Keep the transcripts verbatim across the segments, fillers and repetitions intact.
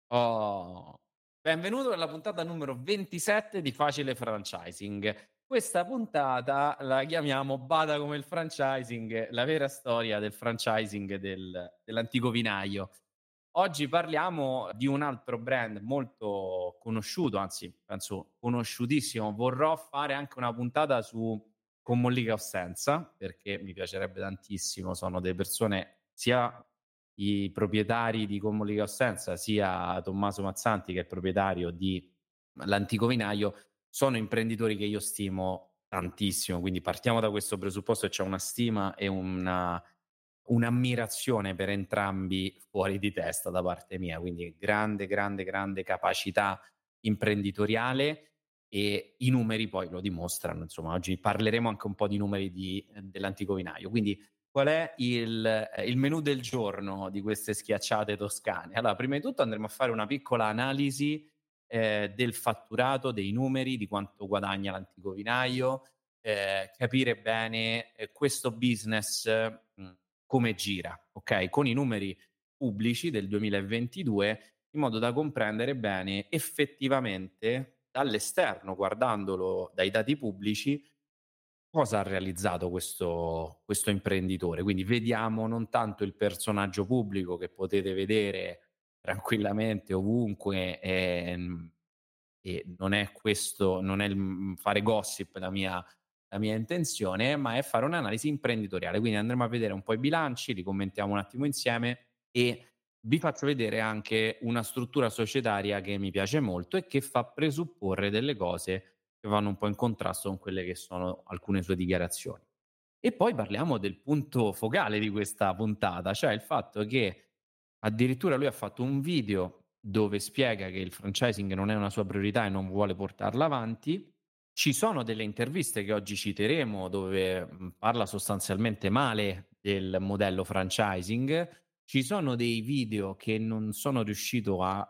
Oh, benvenuto nella puntata numero ventisette di Facile Franchising. Questa puntata la chiamiamo Bada come il franchising, la vera storia del franchising del dell'antico vinaio. Oggi parliamo di un altro brand molto conosciuto, anzi penso conosciutissimo. Vorrò fare anche una puntata su Con Mollica Ossenza, perché mi piacerebbe tantissimo. Sono delle persone, sia i proprietari di Con Mollica Ossenza, sia Tommaso Mazzanti, che è il proprietario di L'Antico Vinaio, sono imprenditori che io stimo tantissimo. Quindi partiamo da questo presupposto e c'è una stima e una un'ammirazione per entrambi fuori di testa da parte mia. Quindi grande, grande, grande capacità imprenditoriale, e i numeri poi lo dimostrano. Insomma, oggi parleremo anche un po' di numeri di dell'Antico Vinaio. Quindi qual è il ehm, il menù del giorno di queste schiacciate toscane? Allora, prima di tutto andremo a fare una piccola analisi, ehm, del fatturato, dei numeri, di quanto guadagna l'Antico Vinaio, ehm, capire bene, ehm, questo business, mhmm, come gira, okay, con i numeri pubblici del duemilaventidue, in modo da comprendere bene effettivamente dall'esterno, guardandolo dai dati pubblici, cosa ha realizzato questo questo imprenditore. Quindi vediamo non tanto il personaggio pubblico che potete vedere tranquillamente ovunque, ehm, e non è questo non è il mhmm, fare gossip la mia la mia intenzione, ma è fare un'analisi imprenditoriale. Quindi andremo a vedere un po' i bilanci, li commentiamo un attimo insieme e vi faccio vedere anche una struttura societaria che mi piace molto e che fa presupporre delle cose che vanno un po' in contrasto con quelle che sono alcune sue dichiarazioni. E poi parliamo del punto focale di questa puntata, cioè il fatto che addirittura lui ha fatto un video dove spiega che il franchising non è una sua priorità e non vuole portarla avanti. Ci sono delle interviste che oggi citeremo dove, mhmm, parla sostanzialmente male del modello franchising. Ci sono dei video che non sono riuscito a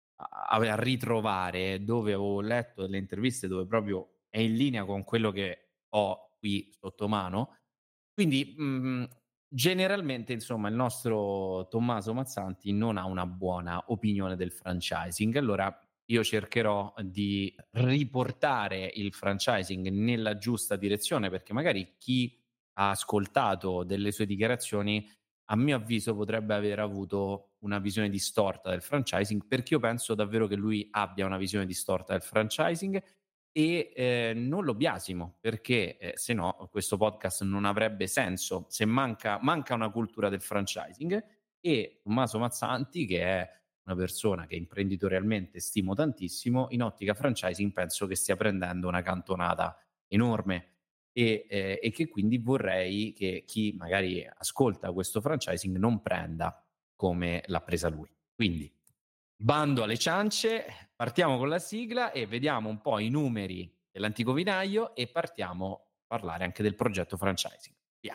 a a ritrovare, dove avevo letto delle interviste dove proprio è in linea con quello che ho qui sotto mano. Quindi, mhmm, generalmente insomma il nostro Tommaso Mazzanti non ha una buona opinione del franchising. Allora io cercherò di riportare il franchising nella giusta direzione, perché magari chi ha ascoltato delle sue dichiarazioni, a mio avviso, potrebbe aver avuto una visione distorta del franchising, perché io penso davvero che lui abbia una visione distorta del franchising e, ehm, non lo biasimo, perché, ehm, se no questo podcast non avrebbe senso. Se manca manca una cultura del franchising, e Tommaso Mazzanti, che è una persona che imprenditorialmente stimo tantissimo, in ottica franchising penso che stia prendendo una cantonata enorme, e ehm, e che quindi vorrei che chi magari ascolta questo franchising non prenda come l'ha presa lui. Quindi bando alle ciance, partiamo con la sigla e vediamo un po' i numeri dell'Antico Vinaio e partiamo a parlare anche del progetto franchising. Via.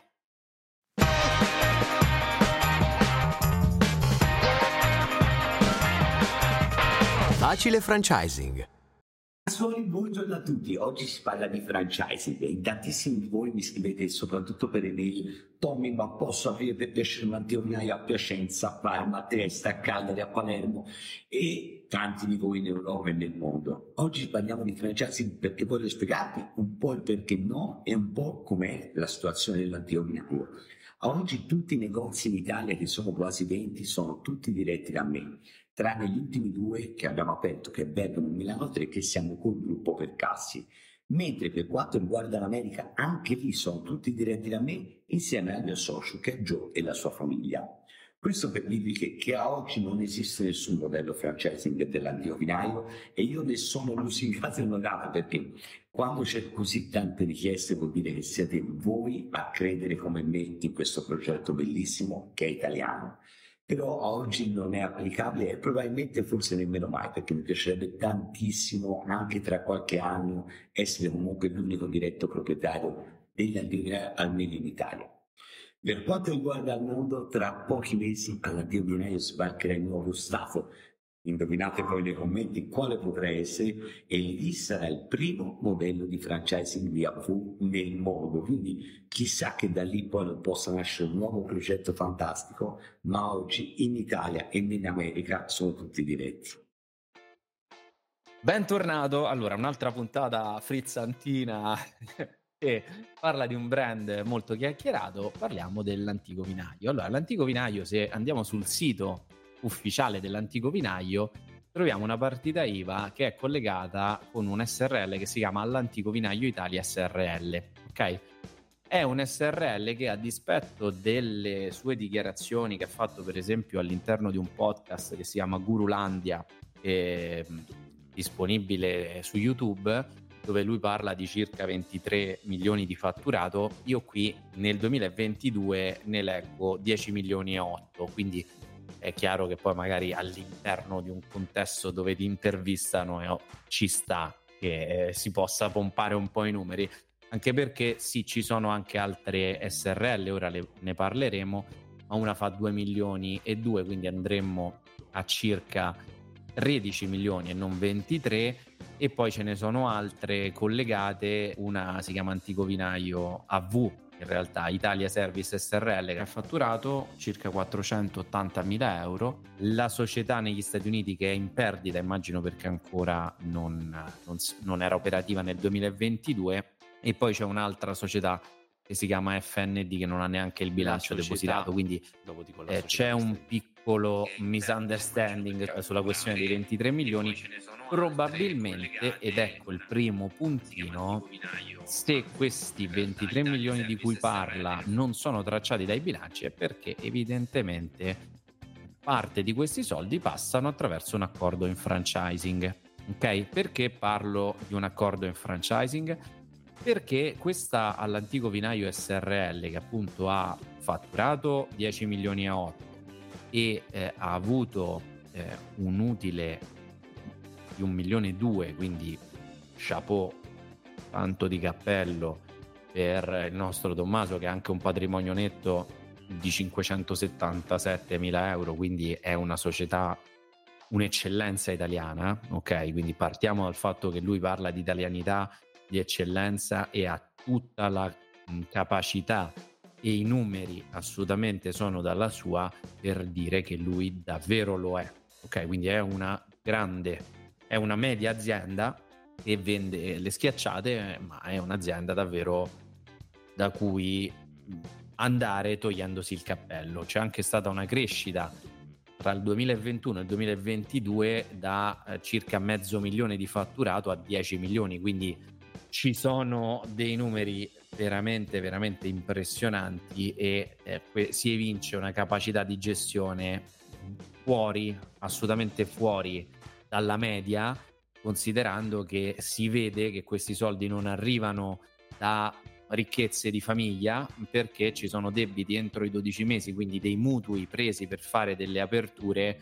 Facile franchising. Soli, buongiorno a tutti, oggi si parla di franchising e in tantissimi di voi mi scrivete soprattutto per email: Tommy, ma posso aprire per piacere un antiovinaio a Piacenza, a Parma, a Trieste, a Cagliari, a Palermo e tanti di voi in Europa e nel mondo. Oggi parliamo di franchising perché voglio spiegarvi un po' il perché no e un po' com'è la situazione dell'antiovinaio. A oggi tutti i negozi in Italia, che sono quasi venti, sono tutti diretti da me, tranne gli ultimi due che abbiamo aperto, che è Bergamo e Milano tre, che siamo col gruppo Percassi. Mentre per quanto riguarda l'America, anche lì sono tutti diretti da me, insieme al mio socio che è Joe e la sua famiglia. Questo per dirvi che, che a oggi non esiste nessun modello franchising dell'antico vinaio e io ne sono lusingato e onorato, perché quando c'è così tante richieste vuol dire che siete voi a credere come me in questo progetto bellissimo che è italiano. Però oggi non è applicabile e probabilmente forse nemmeno mai, perché mi piacerebbe tantissimo anche tra qualche anno essere comunque l'unico diretto proprietario dell'antico vinaio, almeno in Italia. Per quanto riguarda il mondo, tra pochi mesi all'Antico Vinaio sbarcherà il nuovo staff Indovinate poi nei commenti quale potrà essere, e lì sarà il primo modello di franchising di A V nel mondo, quindi chissà che da lì poi non possa nascere un nuovo progetto fantastico, ma oggi in Italia e in America sono tutti diretti. Bentornato, allora un'altra puntata frizzantina che parla di un brand molto chiacchierato, parliamo dell'Antico Vinaio. Allora, l'Antico Vinaio, se andiamo sul sito ufficiale dell'Antico Vinaio, troviamo una partita I V A che è collegata con un S R L che si chiama All'Antico Vinaio Italia S R L, ok? È un S R L che, a dispetto delle sue dichiarazioni che ha fatto per esempio all'interno di un podcast che si chiama Gurulandia, eh, disponibile su YouTube, dove lui parla di circa ventitré milioni di fatturato, io qui nel duemilaventidue ne leggo dieci milioni e otto, quindi è chiaro che poi magari all'interno di un contesto dove ti intervistano eh, ci sta che eh, si possa pompare un po' i numeri, anche perché sì, ci sono anche altre S R L, ora le, ne parleremo, ma una fa due milioni e due, quindi andremmo a circa tredici milioni e non ventitré, e poi ce ne sono altre collegate, una si chiama Antico Vinaio A V, in realtà Italia Service S R L, che ha fatturato circa quattrocentottantamila euro, la società negli Stati Uniti che è in perdita, immagino perché ancora non, non, non era operativa nel duemilaventidue, e poi c'è un'altra società che si chiama F N D che non ha neanche il bilancio società, depositato, quindi eh, c'è un piccolo misunderstanding sulla questione dei ventitré milioni, probabilmente, ed ecco il primo puntino, se questi ventitré milioni di cui parla non sono tracciati dai bilanci è perché evidentemente parte di questi soldi passano attraverso un accordo in franchising. Ok? Perché parlo di un accordo in franchising? Perché questa All'Antico Vinaio S R L, che appunto ha fatturato dieci milioni e otto e eh, ha avuto eh, un utile di un milione e due, quindi chapeau, tanto di cappello per il nostro Tommaso, che ha anche un patrimonio netto di cinquecentosettantasettemila euro, quindi è una società, un'eccellenza italiana, ok? Quindi partiamo dal fatto che lui parla di italianità, di eccellenza, e ha tutta la mh, capacità, e i numeri assolutamente sono dalla sua, per dire che lui davvero lo è, ok? Quindi è una grande, è una media azienda che vende le schiacciate, ma è un'azienda davvero da cui andare togliendosi il cappello. C'è anche stata una crescita tra il duemilaventuno e il duemilaventidue da eh, circa mezzo milione di fatturato a dieci milioni, quindi ci sono dei numeri veramente veramente impressionanti, e eh, si evince una capacità di gestione fuori, assolutamente fuori dalla media, considerando che si vede che questi soldi non arrivano da ricchezze di famiglia, perché ci sono debiti entro i dodici mesi, quindi dei mutui presi per fare delle aperture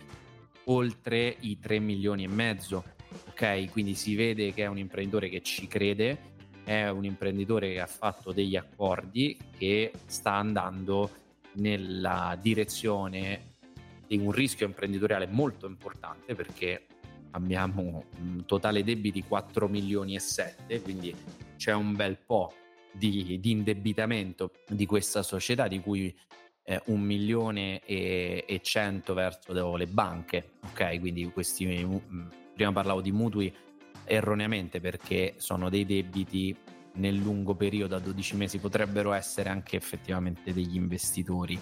oltre i tre milioni e mezzo. Ok, quindi si vede che è un imprenditore che ci crede, è un imprenditore che ha fatto degli accordi, che sta andando nella direzione di un rischio imprenditoriale molto importante, perché abbiamo un totale debiti quattro milioni e sette, quindi c'è un bel po' di, di indebitamento di questa società, di cui eh, un milione e, e cento verso le banche, ok? Quindi questi, mh, prima parlavo di mutui erroneamente, perché sono dei debiti nel lungo periodo, a dodici mesi, potrebbero essere anche effettivamente degli investitori.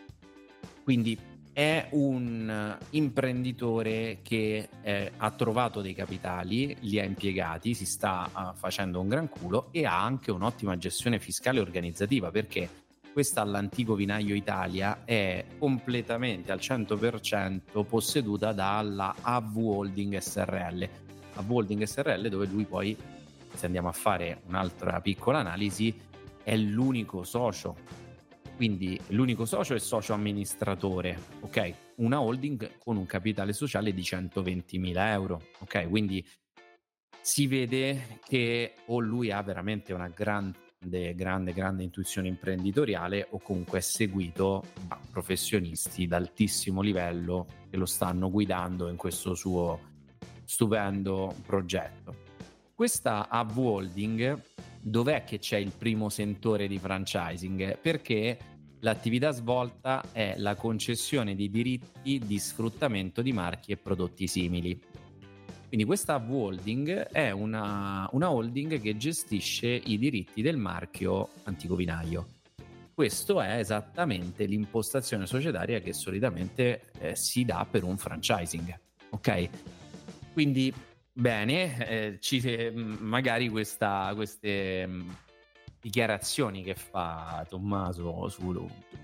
Quindi è un imprenditore che eh, ha trovato dei capitali, li ha impiegati, si sta uh, facendo un gran culo, e ha anche un'ottima gestione fiscale e organizzativa, perché questa All'Antico Vinaio Italia è completamente al cento per cento posseduta dalla A V Holding S R L. A V Holding S R L, dove lui poi, se andiamo a fare un'altra piccola analisi, è l'unico socio. Quindi l'unico socio è socio amministratore, ok? Una holding con un capitale sociale di centoventimila euro, ok? Quindi si vede che o lui ha veramente una gran grande, grande, grande intuizione imprenditoriale o comunque è seguito da professionisti d'altissimo livello che lo stanno guidando in questo suo stupendo progetto. Questa A V Holding, dov'è che c'è il primo sentore di franchising? Perché l'attività svolta è la concessione di diritti di sfruttamento di marchi e prodotti simili. Quindi questa A V Holding è una, una holding che gestisce i diritti del marchio Antico Vinaio. Questo è esattamente l'impostazione societaria che solitamente eh, si dà per un franchising, ok? Quindi bene, eh, ci, magari questa, queste mh, dichiarazioni che fa Tommaso su,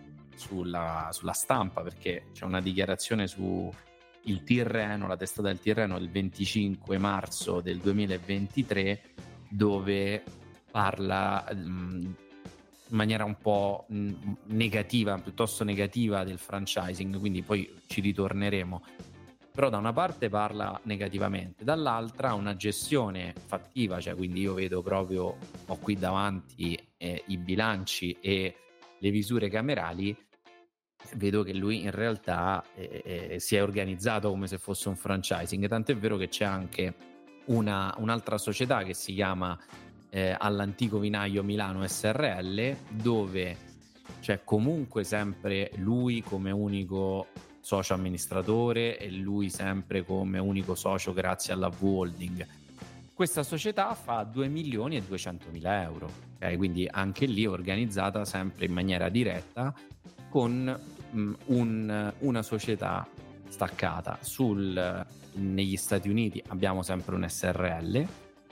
sulla, sulla stampa, perché c'è una dichiarazione su il Tirreno, la testata del Tirreno del venticinque marzo del duemilaventitré, dove parla mh, in maniera un po' mh, negativa, piuttosto negativa del franchising, quindi poi ci ritorneremo. Però da una parte parla negativamente, dall'altra una gestione fattiva, cioè quindi io vedo proprio, ho qui davanti eh, i bilanci e le visure camerali, vedo che lui in realtà eh, eh, si è organizzato come se fosse un franchising, tant'è vero che c'è anche una, un'altra società che si chiama eh, All'Antico Vinaio Milano S R L, dove c'è comunque sempre lui come unico socio amministratore e lui sempre come unico socio grazie alla V Holding. Questa società fa due milioni e duecentomila euro, okay? Quindi anche lì organizzata sempre in maniera diretta con mh, un, una società staccata. Sul, negli Stati Uniti abbiamo sempre un S R L,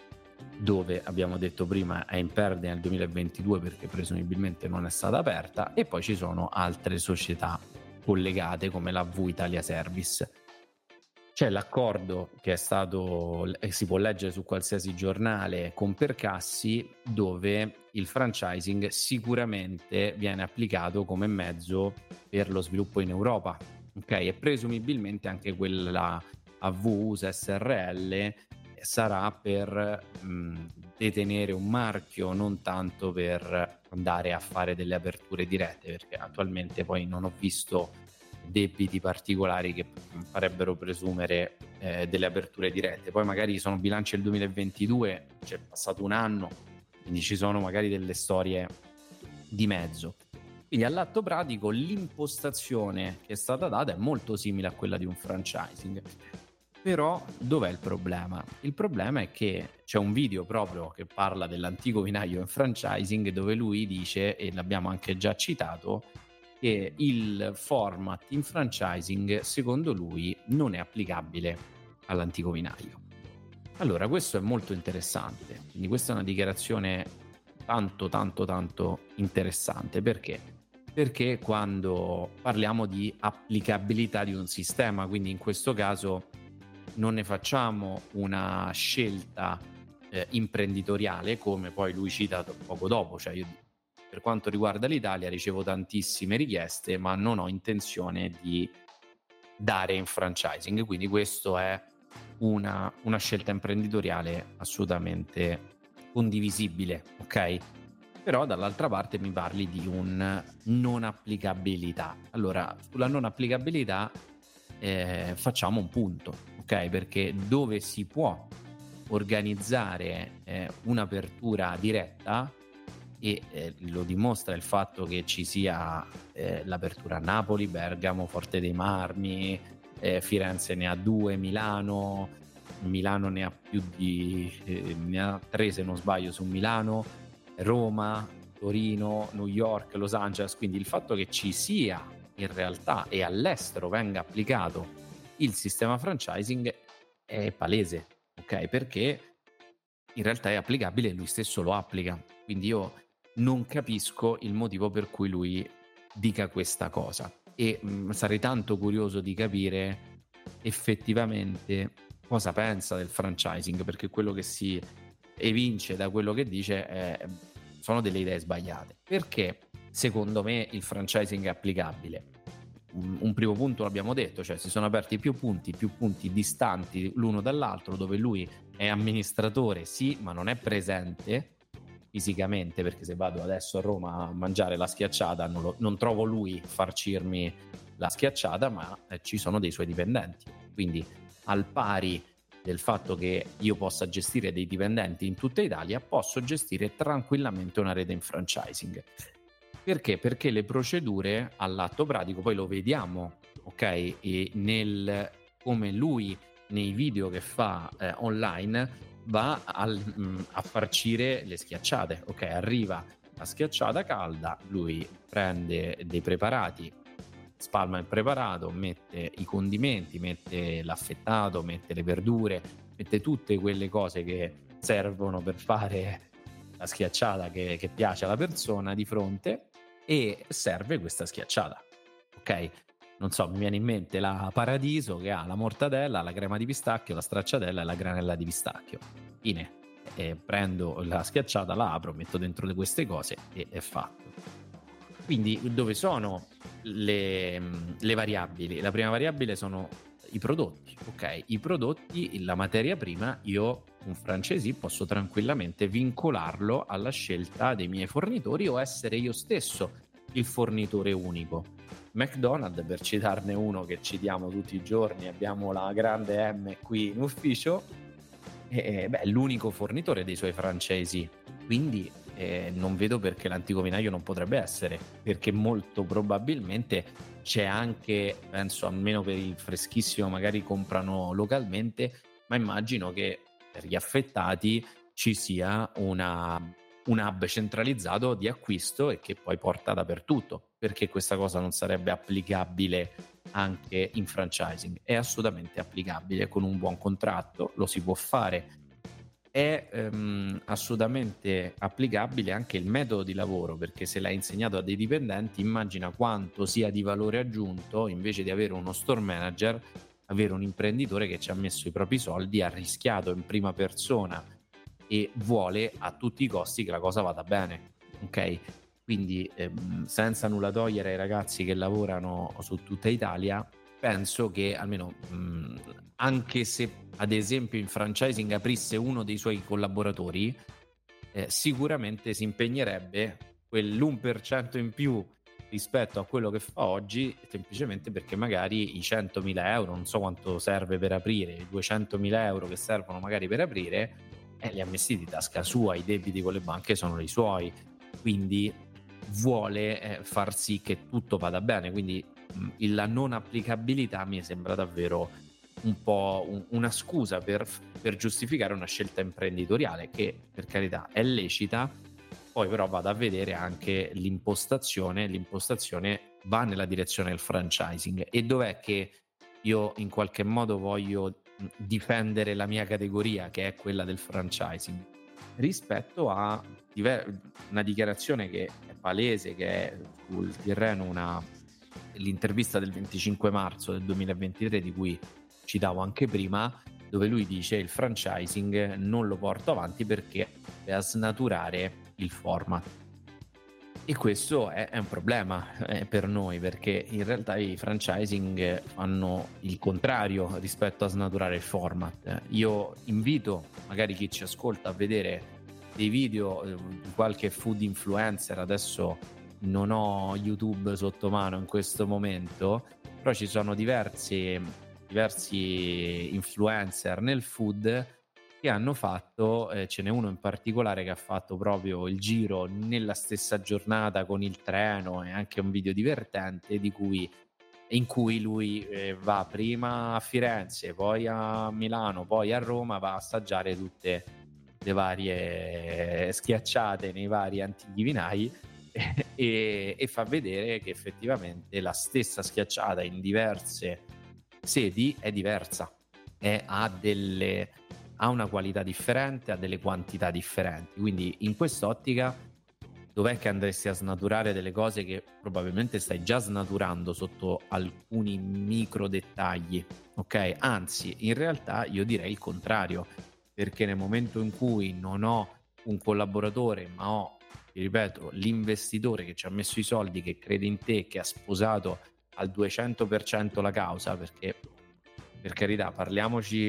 dove abbiamo detto prima è in perdita nel duemilaventidue perché presumibilmente non è stata aperta, e poi ci sono altre società collegate come la V Italia Service. C'è l'accordo che è stato, eh, si può leggere su qualsiasi giornale, con Percassi, dove il franchising sicuramente viene applicato come mezzo per lo sviluppo in Europa, ok? E presumibilmente anche quella A V U S A S R L sarà per mh, detenere un marchio, non tanto per andare a fare delle aperture dirette, perché attualmente poi non ho visto debiti particolari che farebbero presumere eh, delle aperture dirette. Poi magari sono bilanci del duemilaventidue, c'è passato un anno, quindi ci sono magari delle storie di mezzo. Quindi all'atto pratico l'impostazione che è stata data è molto simile a quella di un franchising. Però dov'è il problema? Il problema è che c'è un video proprio che parla dell'Antico Vinaio in franchising, dove lui dice, e l'abbiamo anche già citato, che il format in franchising secondo lui non è applicabile all'Antico Vinaio. Allora, questo è molto interessante, quindi questa è una dichiarazione tanto tanto tanto interessante. Perché? Perché quando parliamo di applicabilità di un sistema, quindi in questo caso non ne facciamo una scelta eh, imprenditoriale, come poi lui cita poco dopo, cioè io per quanto riguarda l'Italia ricevo tantissime richieste ma non ho intenzione di dare in franchising, quindi questo è una, una scelta imprenditoriale assolutamente condivisibile, ok? Però dall'altra parte mi parli di un non applicabilità. Allora, sulla non applicabilità eh, facciamo un punto, ok? Perché dove si può organizzare eh, un'apertura diretta, e eh, lo dimostra il fatto che ci sia eh, l'apertura a Napoli, Bergamo, Forte dei Marmi, eh, Firenze ne ha due, Milano, Milano ne ha più di eh, ne ha tre se non sbaglio su Milano, Roma, Torino, New York, Los Angeles. Quindi il fatto che ci sia in realtà e all'estero venga applicato il sistema franchising è palese, ok? Perché in realtà è applicabile e lui stesso lo applica. Quindi io non capisco il motivo per cui lui dica questa cosa e mh, sarei tanto curioso di capire effettivamente cosa pensa del franchising, perché quello che si evince da quello che dice è, sono delle idee sbagliate. Perché secondo me il franchising è applicabile? Un, un primo punto l'abbiamo detto, cioè si sono aperti più punti, più punti distanti l'uno dall'altro, dove lui è amministratore sì ma non è presente, fisicamente, perché se vado adesso a Roma a mangiare la schiacciata non, lo, non trovo lui farcirmi la schiacciata, ma eh, ci sono dei suoi dipendenti. Quindi al pari del fatto che io possa gestire dei dipendenti in tutta Italia, posso gestire tranquillamente una rete in franchising. Perché? Perché le procedure all'atto pratico poi lo vediamo, ok? E nel come lui nei video che fa eh, online va al, mh, a farcire le schiacciate, ok? Arriva la schiacciata calda, lui prende dei preparati, spalma il preparato, mette i condimenti, mette l'affettato, mette le verdure, mette tutte quelle cose che servono per fare la schiacciata che, che piace alla persona di fronte e serve questa schiacciata, ok? Non so, mi viene in mente la Paradiso che ha la mortadella, la crema di pistacchio, la stracciatella e la granella di pistacchio. Fine. E prendo la schiacciata, la apro, metto dentro queste cose e è fatto. Quindi dove sono le, le variabili? La prima variabile sono i prodotti, ok? I prodotti, la materia prima, io un franchisee posso tranquillamente vincolarlo alla scelta dei miei fornitori o essere io stesso il fornitore unico. McDonald's, per citarne uno che citiamo tutti i giorni, abbiamo la grande M qui in ufficio, e, beh, è l'unico fornitore dei suoi franchisee, quindi eh, non vedo perché l'antico vinaio non potrebbe essere, perché molto probabilmente c'è anche, penso almeno per il freschissimo magari comprano localmente, ma immagino che per gli affettati ci sia una, un hub centralizzato di acquisto e che poi porta dappertutto. Perché questa cosa non sarebbe applicabile anche in franchising? È assolutamente applicabile con un buon contratto, lo si può fare. È ehm, assolutamente applicabile anche il metodo di lavoro, perché se l'hai insegnato a dei dipendenti, immagina quanto sia di valore aggiunto, invece di avere uno store manager, avere un imprenditore che ci ha messo i propri soldi, ha rischiato in prima persona e vuole a tutti i costi che la cosa vada bene, ok? Quindi ehm, senza nulla togliere ai ragazzi che lavorano su tutta Italia, penso che almeno mh, anche se ad esempio in franchising aprisse uno dei suoi collaboratori, eh, sicuramente si impegnerebbe quell'uno per cento in più rispetto a quello che fa oggi, semplicemente perché magari i centomila euro, non so quanto serve per aprire, i duecentomila euro che servono magari per aprire, eh, li ha messi di tasca sua, i debiti con le banche sono i suoi, quindi vuole eh, far sì che tutto vada bene, quindi mh, la non applicabilità mi sembra davvero un po' un, una scusa per, per giustificare una scelta imprenditoriale che per carità è lecita, poi però vado a vedere anche l'impostazione, l'impostazione va nella direzione del franchising. E dov'è che io in qualche modo voglio difendere la mia categoria, che è quella del franchising, rispetto a una dichiarazione che è palese, che è sul terreno una, l'intervista del venticinque marzo del duemilaventitré di cui citavo anche prima, dove lui dice il franchising non lo porto avanti perché è a snaturare il format. E questo è, è un problema eh, per noi, perché in realtà i franchising fanno il contrario rispetto a snaturare il format. Io invito magari chi ci ascolta a vedere dei video di qualche food influencer, adesso non ho YouTube sotto mano in questo momento, però ci sono diversi, diversi influencer nel food che hanno fatto, eh, ce n'è uno in particolare che ha fatto proprio il giro nella stessa giornata con il treno, e anche un video divertente di cui, in cui lui eh, va prima a Firenze, poi a Milano, poi a Roma, va a assaggiare tutte le varie schiacciate nei vari antichi vinai e, e fa vedere che effettivamente la stessa schiacciata in diverse sedi è diversa, è, ha delle ha una qualità differente, ha delle quantità differenti. Quindi in quest'ottica dov'è che andresti a snaturare delle cose che probabilmente stai già snaturando sotto alcuni micro dettagli, ok? Anzi, in realtà io direi il contrario, perché nel momento in cui non ho un collaboratore ma ho, ti ripeto, l'investitore che ci ha messo i soldi, che crede in te, che ha sposato al duecento per cento la causa, perché per carità parliamoci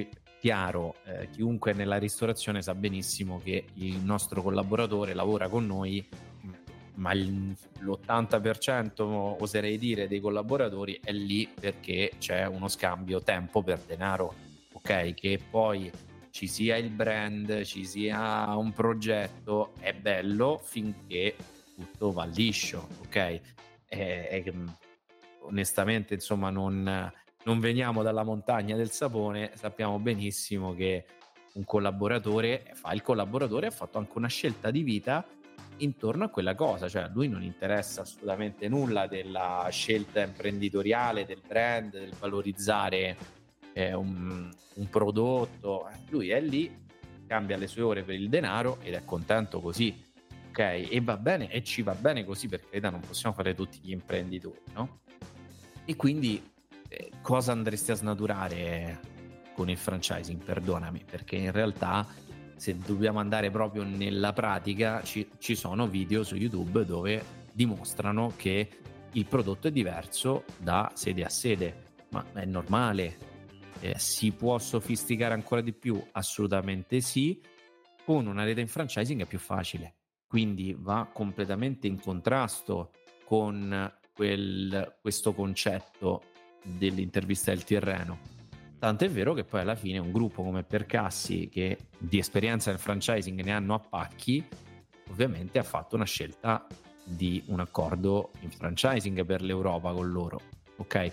chiaro, eh, chiunque nella ristorazione sa benissimo che il nostro collaboratore lavora con noi, ma il, l'ottanta per cento, oserei dire, dei collaboratori è lì perché c'è uno scambio tempo per denaro, ok? Che poi ci sia il brand, ci sia un progetto, è bello finché tutto va liscio, ok? E, e, onestamente, insomma, non, non veniamo dalla montagna del sapone, sappiamo benissimo che un collaboratore fa il collaboratore, ha fatto anche una scelta di vita intorno a quella cosa, cioè a lui non interessa assolutamente nulla della scelta imprenditoriale, del brand, del valorizzare eh, un, un prodotto, lui è lì, cambia le sue ore per il denaro ed è contento così, ok? E va bene, e ci va bene così, perché non possiamo fare tutti gli imprenditori, no? E quindi eh, cosa andresti a snaturare con il franchising? Perdonami, perché in realtà, se dobbiamo andare proprio nella pratica, ci, ci sono video su YouTube dove dimostrano che il prodotto è diverso da sede a sede, ma è normale. Eh, si può sofisticare ancora di più? Assolutamente sì. Con una rete in franchising è più facile, quindi va completamente in contrasto con quel, questo concetto dell'intervista del terreno. Tant'è vero che poi alla fine un gruppo come Percassi, che di esperienza nel franchising ne hanno a pacchi, ovviamente ha fatto una scelta di un accordo in franchising per l'Europa con loro, ok?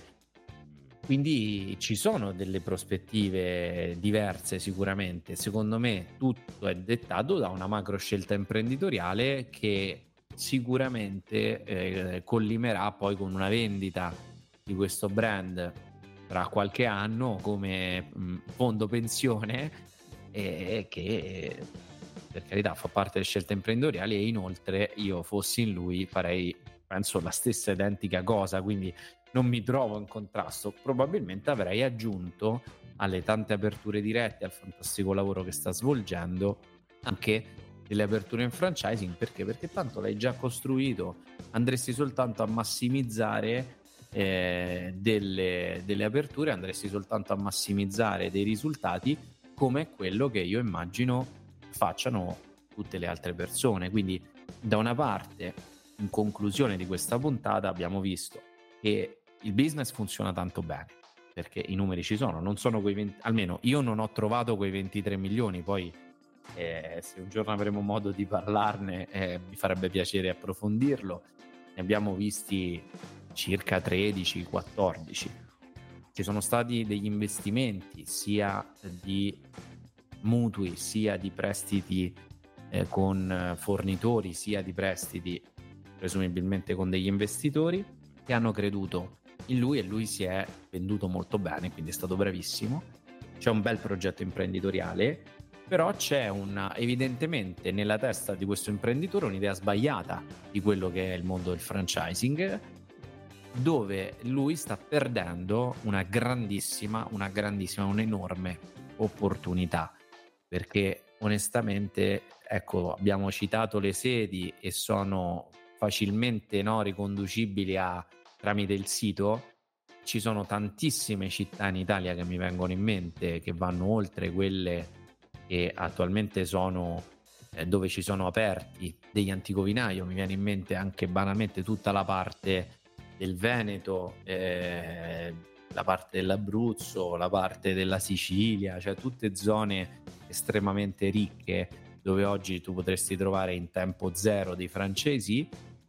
Quindi ci sono delle prospettive diverse sicuramente. Secondo me tutto è dettato da una macro scelta imprenditoriale che sicuramente eh, collimerà poi con una vendita di questo brand tra qualche anno come mh, fondo pensione, e che per carità fa parte delle scelte imprenditoriali, e inoltre io fossi in lui farei penso la stessa identica cosa, quindi non mi trovo in contrasto. Probabilmente avrei aggiunto alle tante aperture dirette, al fantastico lavoro che sta svolgendo, anche delle aperture in franchising. Perché? Perché tanto l'hai già costruito, andresti soltanto a massimizzare eh, delle, delle aperture, andresti soltanto a massimizzare dei risultati, come quello che io immagino facciano tutte le altre persone. Quindi da una parte, in conclusione di questa puntata, abbiamo visto che il business funziona tanto bene perché i numeri ci sono, non sono quei venti, almeno io non ho trovato quei ventitré milioni, poi eh, se un giorno avremo modo di parlarne eh, mi farebbe piacere approfondirlo. Ne abbiamo visti circa tredici quattordici. Ci sono stati degli investimenti sia di mutui sia di prestiti eh, con fornitori, sia di prestiti presumibilmente con degli investitori che hanno creduto in lui, e lui si è venduto molto bene, quindi è stato bravissimo. C'è un bel progetto imprenditoriale, però c'è una, evidentemente nella testa di questo imprenditore un'idea sbagliata di quello che è il mondo del franchising, dove lui sta perdendo una grandissima, una grandissima, un'enorme opportunità, perché onestamente, ecco, abbiamo citato le sedi e sono facilmente no, riconducibili a tramite il sito. Ci sono tantissime città in Italia che mi vengono in mente, che vanno oltre quelle che attualmente sono eh, dove ci sono aperti degli anticovinai. Mi viene in mente anche banalmente tutta la parte del Veneto, eh, la parte dell'Abruzzo, la parte della Sicilia, cioè tutte zone estremamente ricche dove oggi tu potresti trovare in tempo zero dei francesi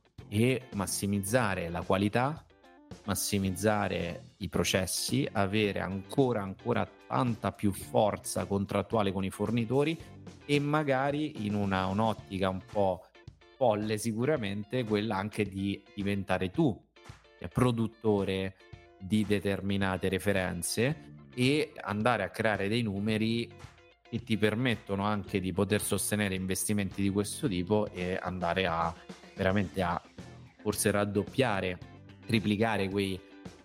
e massimizzare la qualità, massimizzare i processi, avere ancora ancora tanta più forza contrattuale con i fornitori, e magari in una un'ottica un po' folle sicuramente quella anche di diventare tu produttore di determinate referenze e andare a creare dei numeri che ti permettono anche di poter sostenere investimenti di questo tipo e andare a veramente a forse raddoppiare, triplicare quei,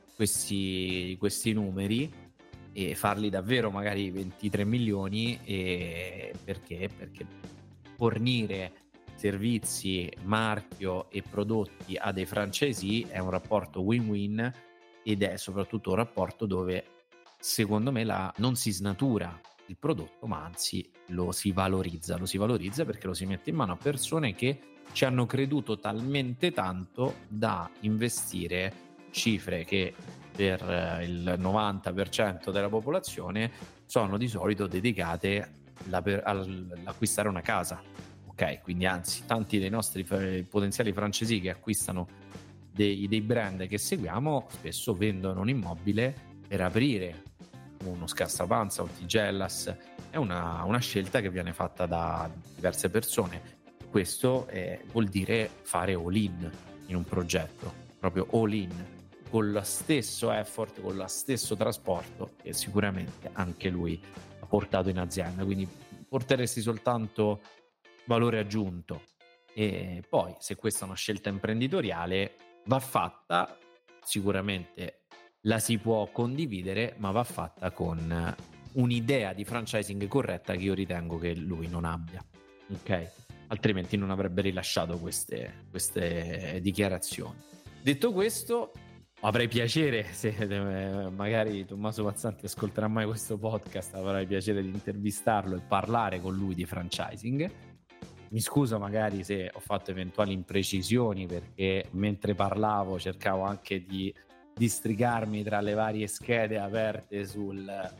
questi, questi numeri e farli davvero magari ventitré milioni. E perché? Perché fornire servizi, marchio e prodotti a dei francesi è un rapporto win-win, ed è soprattutto un rapporto dove secondo me la, non si snatura il prodotto, ma anzi lo si valorizza, lo si valorizza perché lo si mette in mano a persone che ci hanno creduto talmente tanto da investire cifre che per eh, il novanta per cento della popolazione sono di solito dedicate alla per- all'acquistare una casa. Ok, quindi anzi, tanti dei nostri f- potenziali francesi che acquistano dei, dei brand che seguiamo spesso vendono un immobile per aprire uno scassapanza, un Tigellas. È una, una scelta che viene fatta da diverse persone. Questo eh, vuol dire fare all-in in un progetto, proprio all-in, con lo stesso effort, con lo stesso trasporto che sicuramente anche lui ha portato in azienda. Quindi porteresti soltanto valore aggiunto. E poi, se questa è una scelta imprenditoriale, va fatta, sicuramente la si può condividere, ma va fatta con un'idea di franchising corretta che io ritengo che lui non abbia, ok? Altrimenti non avrebbe rilasciato queste, queste dichiarazioni. Detto questo, avrei piacere, se eh, magari Tommaso Pazzanti ascolterà mai questo podcast, avrai piacere di intervistarlo e parlare con lui di franchising. Mi scuso magari se ho fatto eventuali imprecisioni, perché mentre parlavo cercavo anche di districarmi tra le varie schede aperte sul,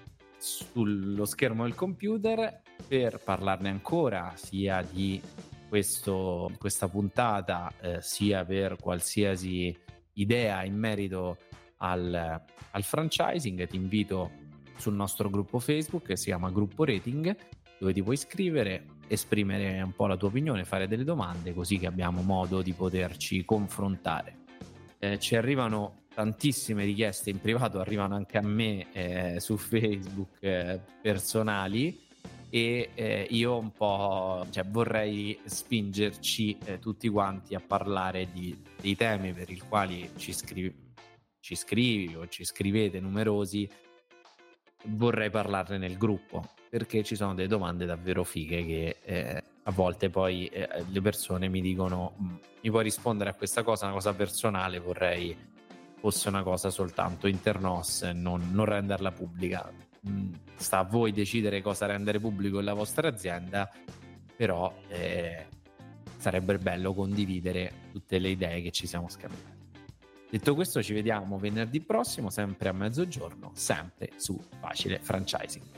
sullo schermo del computer per parlarne ancora, sia di questo, questa puntata, eh, sia per qualsiasi idea in merito al, al franchising. Ti invito sul nostro gruppo Facebook che si chiama Gruppo Rating, dove ti puoi iscrivere, esprimere un po' la tua opinione, fare delle domande, così che abbiamo modo di poterci confrontare. Eh, ci arrivano tantissime richieste in privato, arrivano anche a me eh, su Facebook eh, personali, e eh, io un po' cioè, vorrei spingerci eh, tutti quanti a parlare di, dei temi per i quali ci scrivi, ci scrivi o ci scrivete numerosi. Vorrei parlarne nel gruppo, perché ci sono delle domande davvero fighe che eh, a volte poi eh, le persone mi dicono: mi puoi rispondere a questa cosa, una cosa personale, vorrei fosse una cosa soltanto internos, non, non renderla pubblica. Mm, sta a voi decidere cosa rendere pubblico nella vostra azienda, però eh, sarebbe bello condividere tutte le idee che ci siamo scambiati. Detto questo, ci vediamo venerdì prossimo, sempre a mezzogiorno, sempre su Facile Franchising.